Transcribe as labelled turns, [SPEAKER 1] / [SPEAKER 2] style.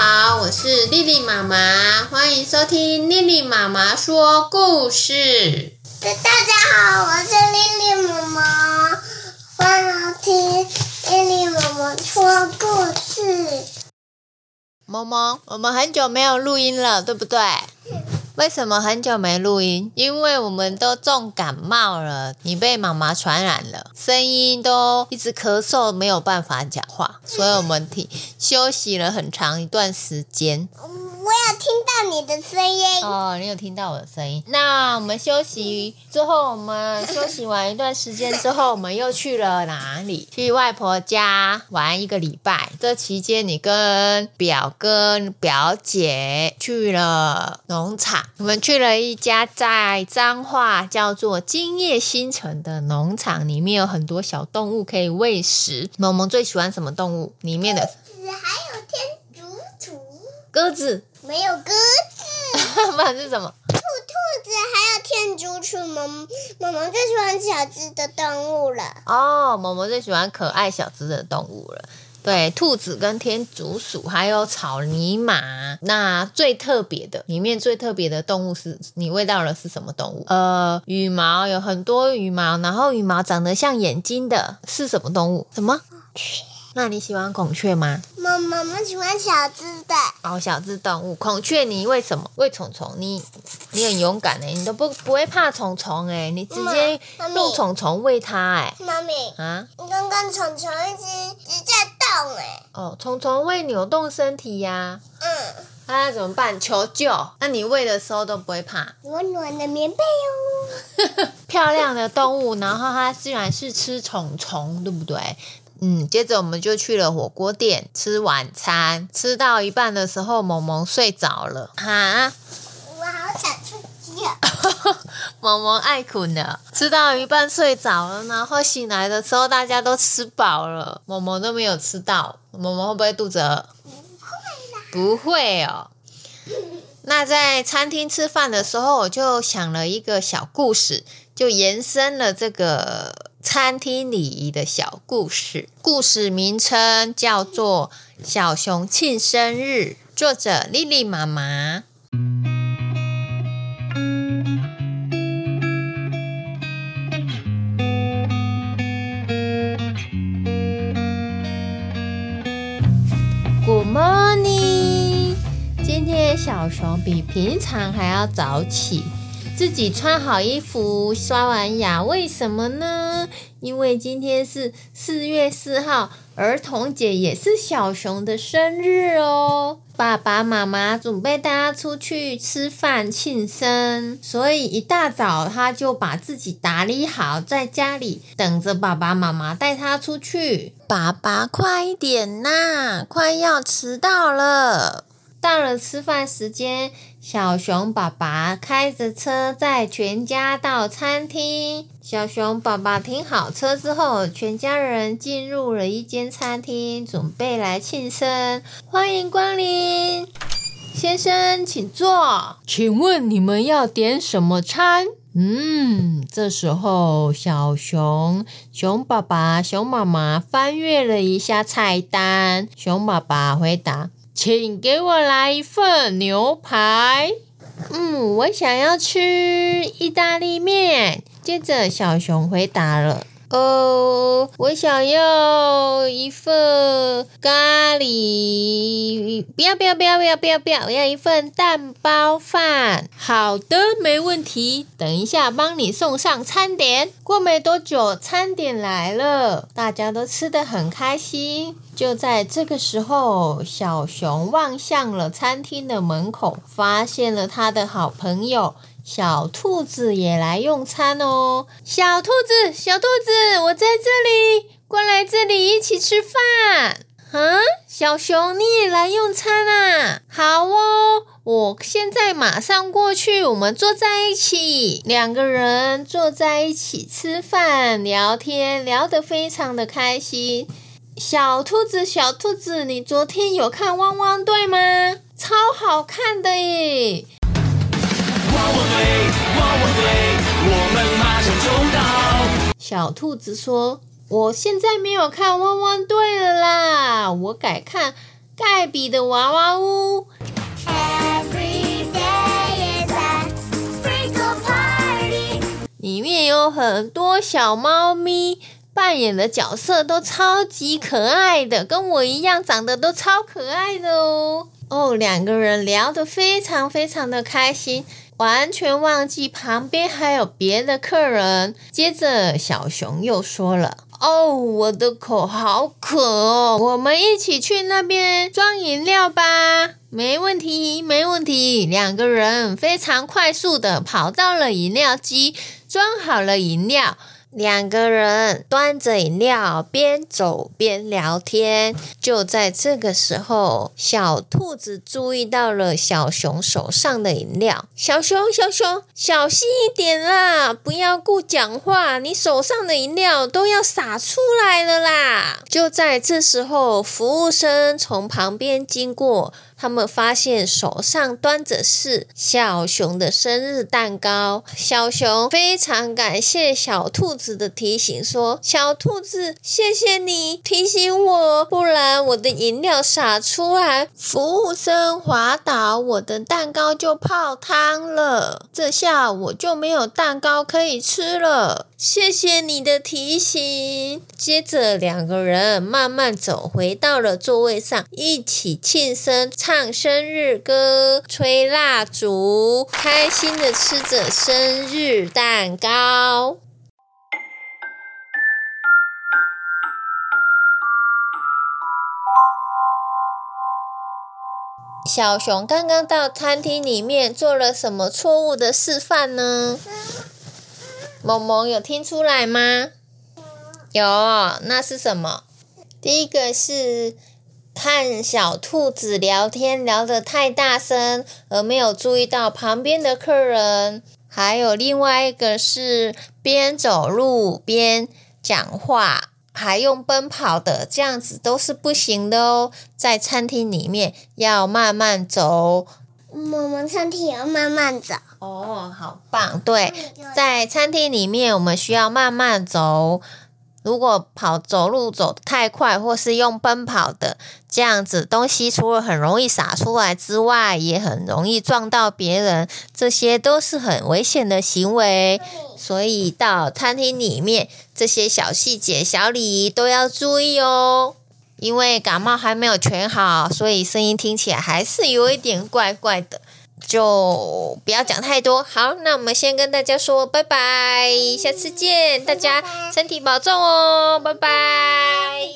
[SPEAKER 1] 好，我是莉莉妈妈，欢迎收听莉莉妈妈说故事。
[SPEAKER 2] 大家好，我是莉莉妈妈，欢迎听莉莉妈妈说故事。
[SPEAKER 1] 萌萌，我们很久没有录音了，对不对？为什么很久没录音？因为我们都重感冒了，你被妈妈传染了，声音都一直咳嗽，没有办法讲话，所以我们休息了很长一段时间。
[SPEAKER 2] 我有听到你的声音
[SPEAKER 1] 哦，你有听到我的声音。那我们休息之后，我们休息完一段时间之后，我们又去了哪里？去外婆家玩1个礼拜。这期间，你跟表哥、表姐去了农场。我们去了一家在彰化叫做金叶新城的农场，里面有很多小动物可以喂食。萌萌最喜欢什么动物？里面的
[SPEAKER 2] 还有天竺鼠，
[SPEAKER 1] 鸽子。
[SPEAKER 2] 没有鸽子，
[SPEAKER 1] 不然是什么？
[SPEAKER 2] 兔子还有天竺鼠。萌萌最喜欢小只的动物了。
[SPEAKER 1] 哦，萌萌最喜欢可爱小只的动物了。对，兔子跟天竺鼠还有草泥马。那最特别的，里面最特别的动物是你喂到的是什么动物？羽毛，有很多羽毛，然后羽毛长得像眼睛的是什么动物？什么？那你喜欢孔雀吗？
[SPEAKER 2] 萌萌喜欢小只的。
[SPEAKER 1] 哦，小只动物。孔雀你为什么喂虫虫？你很勇敢欸，你都不会怕虫虫欸，你直接弄虫虫喂它欸。
[SPEAKER 2] 妈咪啊，刚刚虫虫一直在动欸。
[SPEAKER 1] 哦，虫虫会扭动身体呀。那怎么办？求救。那你喂的时候都不会怕？
[SPEAKER 2] 暖暖的棉被哟。
[SPEAKER 1] 漂亮的动物，然后它居然是吃虫虫，对不对？接着我们就去了火锅店吃晚餐，吃到一半的时候，萌萌睡着了。哈，
[SPEAKER 2] 我好想睡觉。
[SPEAKER 1] 萌萌爱困了，吃到一半睡着了，然后醒来的时候大家都吃饱了，萌萌都没有吃到。萌萌会不会肚子饿？不会哦。那在餐厅吃饭的时候，我就想了一个小故事，就延伸了这个餐厅礼仪的小故事。故事名称叫做《小熊庆生日》，作者莉莉妈妈。Good morning！ 今天小熊比平常还要早起，自己穿好衣服，刷完牙。为什么呢？因为今天是4月4号，儿童节，也是小熊的生日哦。爸爸妈妈准备带他出去吃饭庆生，所以一大早他就把自己打理好，在家里等着爸爸妈妈带他出去。爸爸快一点啦，快要迟到了。到了吃饭时间，小熊爸爸开着车载全家到餐厅。小熊爸爸停好车之后，全家人进入了一间餐厅，准备来庆生。欢迎光临，先生请坐。请问你们要点什么餐？这时候小熊爸爸、熊妈妈翻阅了一下菜单。熊爸爸回答：请给我来一份牛排。我想要吃意大利面。接着小熊回答了：我想要一份咖喱，不要，我要一份蛋包饭。好的，没问题，等一下帮你送上餐点。过没多久，餐点来了，大家都吃得很开心。就在这个时候，小熊望向了餐厅的门口，发现了他的好朋友小兔子也来用餐哦。小兔子，我在这里，过来这里一起吃饭。小熊你也来用餐啊？好哦，我现在马上过去，我们坐在一起。2个人坐在一起吃饭聊天，聊得非常的开心。小兔子，你昨天有看汪汪队吗？超好看的耶！汪汪队，我们马上就到。小兔子说：“我现在没有看汪汪队了啦，我改看盖比的娃娃屋。
[SPEAKER 2] Every day is a sprinkle party。
[SPEAKER 1] 里面有很多小猫咪，扮演的角色都超级可爱的，跟我一样长得都超可爱的哦。两个人聊得非常非常的开心，完全忘记旁边还有别的客人。接着小熊又说了，我的口好渴哦，我们一起去那边装饮料吧。没问题，没问题。两个人非常快速的跑到了饮料机，装好了饮料。两个人端着饮料边走边聊天。就在这个时候，小兔子注意到了小熊手上的饮料。小熊，小心一点啦，不要顾讲话，你手上的饮料都要洒出来了啦。就在这时候，服务生从旁边经过，他们发现手上端着是小熊的生日蛋糕。小熊非常感谢小兔子的提醒，说，小兔子，谢谢你提醒我，不然我的饮料洒出来，服务生滑倒，我的蛋糕就泡汤了，这下我就没有蛋糕可以吃了。谢谢你的提醒。接着两个人慢慢走回到了座位上，一起庆生，唱生日歌，吹蜡烛，开心的吃着生日蛋糕。小熊刚刚到餐厅里面做了什么错误的示范呢？萌萌有听出来吗？有，那是什么？第一个是和小兔子聊天聊得太大声，而没有注意到旁边的客人。还有另外一个是边走路边讲话，还用奔跑的，这样子都是不行的哦。在餐厅里面要慢慢走。
[SPEAKER 2] 我们餐厅也要慢慢走。
[SPEAKER 1] 好棒！对，在餐厅里面我们需要慢慢走。如果走路走得太快，或是用奔跑的，这样子东西除了很容易洒出来之外，也很容易撞到别人，这些都是很危险的行为。所以到餐厅里面，这些小细节、小礼仪都要注意哦。因为感冒还没有全好，所以声音听起来还是有一点怪怪的，就不要讲太多。好，那我们先跟大家说拜拜，下次见，大家身体保重哦，拜拜。